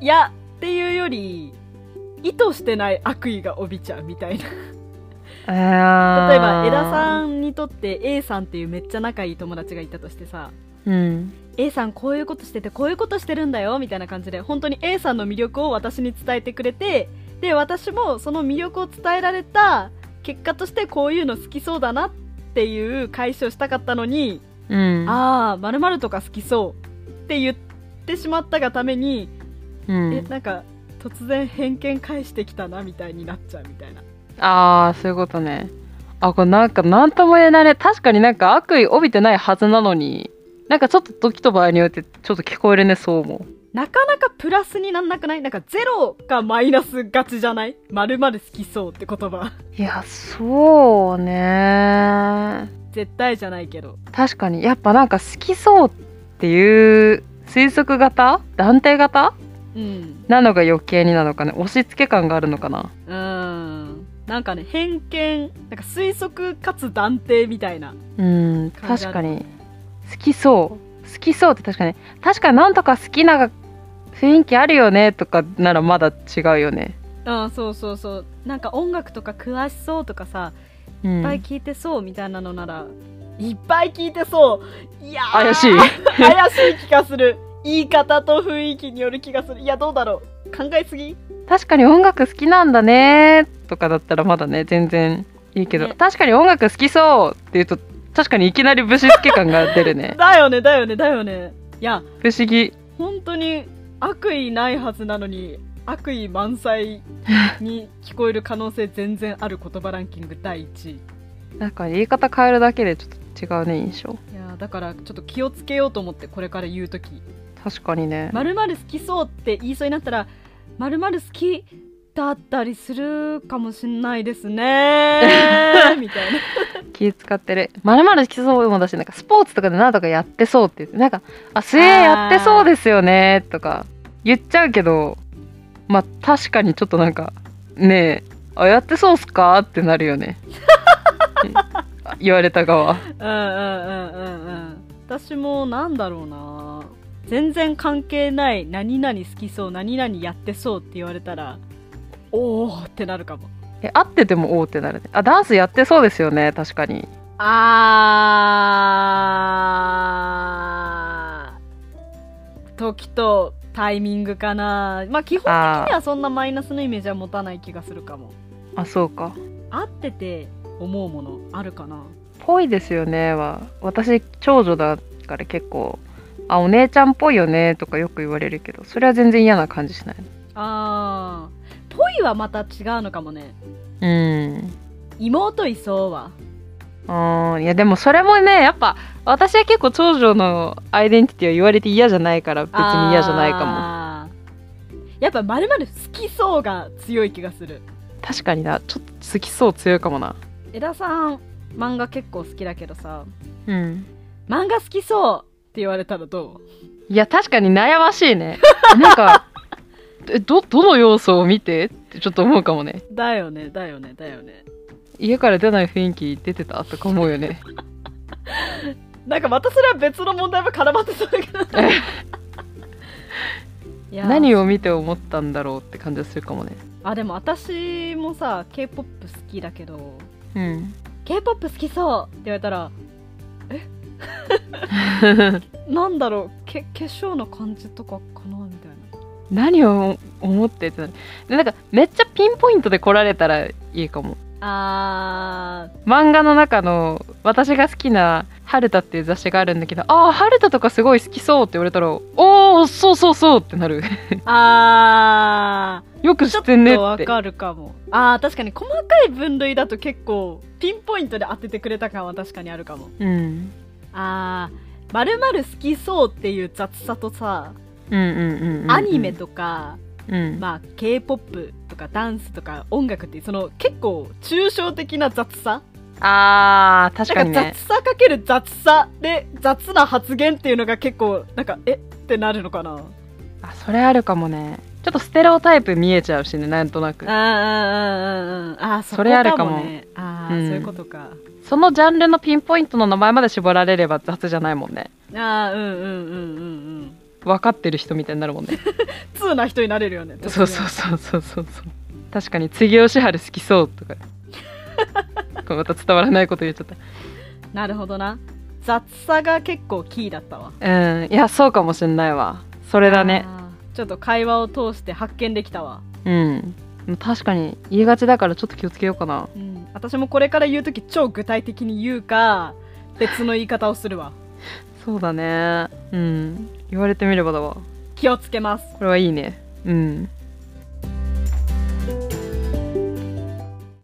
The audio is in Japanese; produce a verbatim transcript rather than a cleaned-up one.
いやっていうより意図してない悪意が帯びちゃうみたいな例えば江田さんにとって A さんっていうめっちゃ仲いい友達がいたとしてさ、 うん、 A さんこういうことしててこういうことしてるんだよみたいな感じで本当に A さんの魅力を私に伝えてくれて、で私もその魅力を伝えられた結果としてこういうの好きそうだなっていう解消したかったのに、 うん、 ああ〇〇とか好きそうって言ってしまったがために、 うん、 えなんか突然偏見返してきたなみたいになっちゃうみたいな。 ああ、そういうことね。あ、これなんか何とも言えないね。確かになんか悪意帯びてないはずなのに、なんかちょっと時と場合によってちょっと聞こえるね、そうも。 なかなかプラスになんなくない？なんかゼロかマイナスがちじゃない？〇〇好きそうって言葉。 いや、そうね。 絶対じゃないけど。 確かに。やっぱなんか好きそうっていう推測型？断定型？ うん。 なのが余計になのかね。押し付け感があるのかな。 うーん。なんかね、偏見、なんか推測かつ断定みたいな。 うん、確かに。好きそう。好きそうって確かに。確かになんとか好きな雰囲気あるよねとかならまだ違うよね。 ああ、そうそうそう。なんか音楽とか詳しそうとかさ、 うん、 いっぱい聞いてそうみたいなのなら、いっぱい聞いてそう。いやー怪しい。 怪しい気がする。言い方と雰囲気による気がする。いや、どうだろう。考えすぎ？ 確かに音楽好きなんだねとかだったらまだね、全然いいけど、ね、確かに音楽好きそうって言うと、確かにいきなりぶしつけ感が出るね。 だよね、だよね、だよね。いや、 不思議。 本当に悪意ないはずなのに、悪意満載に聞こえる可能性全然ある言葉ランキングだいいちい。 なんか言い方変えるだけでちょっと違うね、印象。 いやだからちょっと気をつけようと思って、これから言うとき。 確かにね。 〇〇好きそうって言いそうになったら、〇〇好きだったりするかもしんないですねみたいな。 気使ってる。〇〇好きそうもだし、なんかスポーツとかで何とかやってそうって言って、なんか、あ、水泳やってそうですよねとか言っちゃうけど、まあ確かにちょっとなんか、ねえ、あ、やってそうっすかってなるよね。言われた側。 うんうんうんうんうん。私もなんだろうな。全然関係ない何々好きそう何々やってそうって言われたらおーってなるかも。 え、会っててもおーってなるね。あ、ダンスやってそうですよね、確かに。 あー時とタイミングかな。まあ基本的にはそんなマイナスのイメージは持たない気がするかも。 あ、そうか。 会ってて思うものあるかな。 ぽいですよねは、私長女だから結構、あ、お姉ちゃんっぽいよねとかよく言われるけど、それは全然嫌な感じしない。 あーぽいはまた違うのかもね。 うん。 妹いそうは。 あー、いやでもそれもね、やっぱ私は結構長女のアイデンティティを言われて嫌じゃないから別に嫌じゃないかも。 やっぱ〇〇好きそうが強い気がする。 確かにな、ちょっと好きそう強いかもな。 江田さん漫画結構好きだけどさ、 うん、 漫画好きそうって言われたらどう？ いや確かに悩ましいね。なんかえどどの要素を見てってちょっと思うかもね。 だよねだよねだよね。 家から出ない雰囲気出てたとか思うよね。 なんかまたそれは別の問題も絡まってそうだけどいや何を見て思ったんだろうって感じがするかもね。 あ、でも私もさ K-ポップ 好きだけど、 うん、 K-ポップ 好きそうって言われたらえなんだろう、け化粧の感じとかかなみたいな。 何を思ってってなる。でなんかめっちゃピンポイントで来られたらいいかも。 あー、 漫画の中の私が好きな春田っていう雑誌があるんだけど、ああ春田とかすごい好きそうって言われたら、おおそうそうそうってなる。 あーよく知ってんねって。 ちょっとわかるかも。あー確かに細かい分類だと結構ピンポイントで当ててくれた感は確かにあるかも。 うん。 あー〇〇好きそうっていう雑さとさ、 うんうんうんうんうん、 アニメとか、 うん、 まあ K-ポップ とかダンスとか音楽っていうその結構抽象的な雑さ。 あー確かにね。 なんか雑さかける雑さで雑な発言っていうのが結構なんかえってなるのかな。 あ、それあるかもね。ちょっとステレオタイプ見えちゃうしね、なんとなく。 あーあーあーあーあー、 それあるかも。 ああ、うん、そういうことか。 そのジャンルのピンポイントの名前まで絞られれば雑じゃないもんね。 ああ、うんうんうんうんうん。 分かってる人みたいになるもんね。 通な人になれるよね。 そうそうそうそうそうそう。確かに次吉春好きそうとかこれまた伝わらないこと言っちゃった。 なるほどな。雑さが結構キーだったわ。 うんいやそうかもしんないわ。それだね。 ちょっと会話を通して発見できたわ。 うん確かに言いがちだからちょっと気をつけようかな。 うん、私もこれから言うとき超具体的に言うか別の言い方をするわ。 そうだね。うん言われてみればだわ。 気をつけます。 これはいいね。うん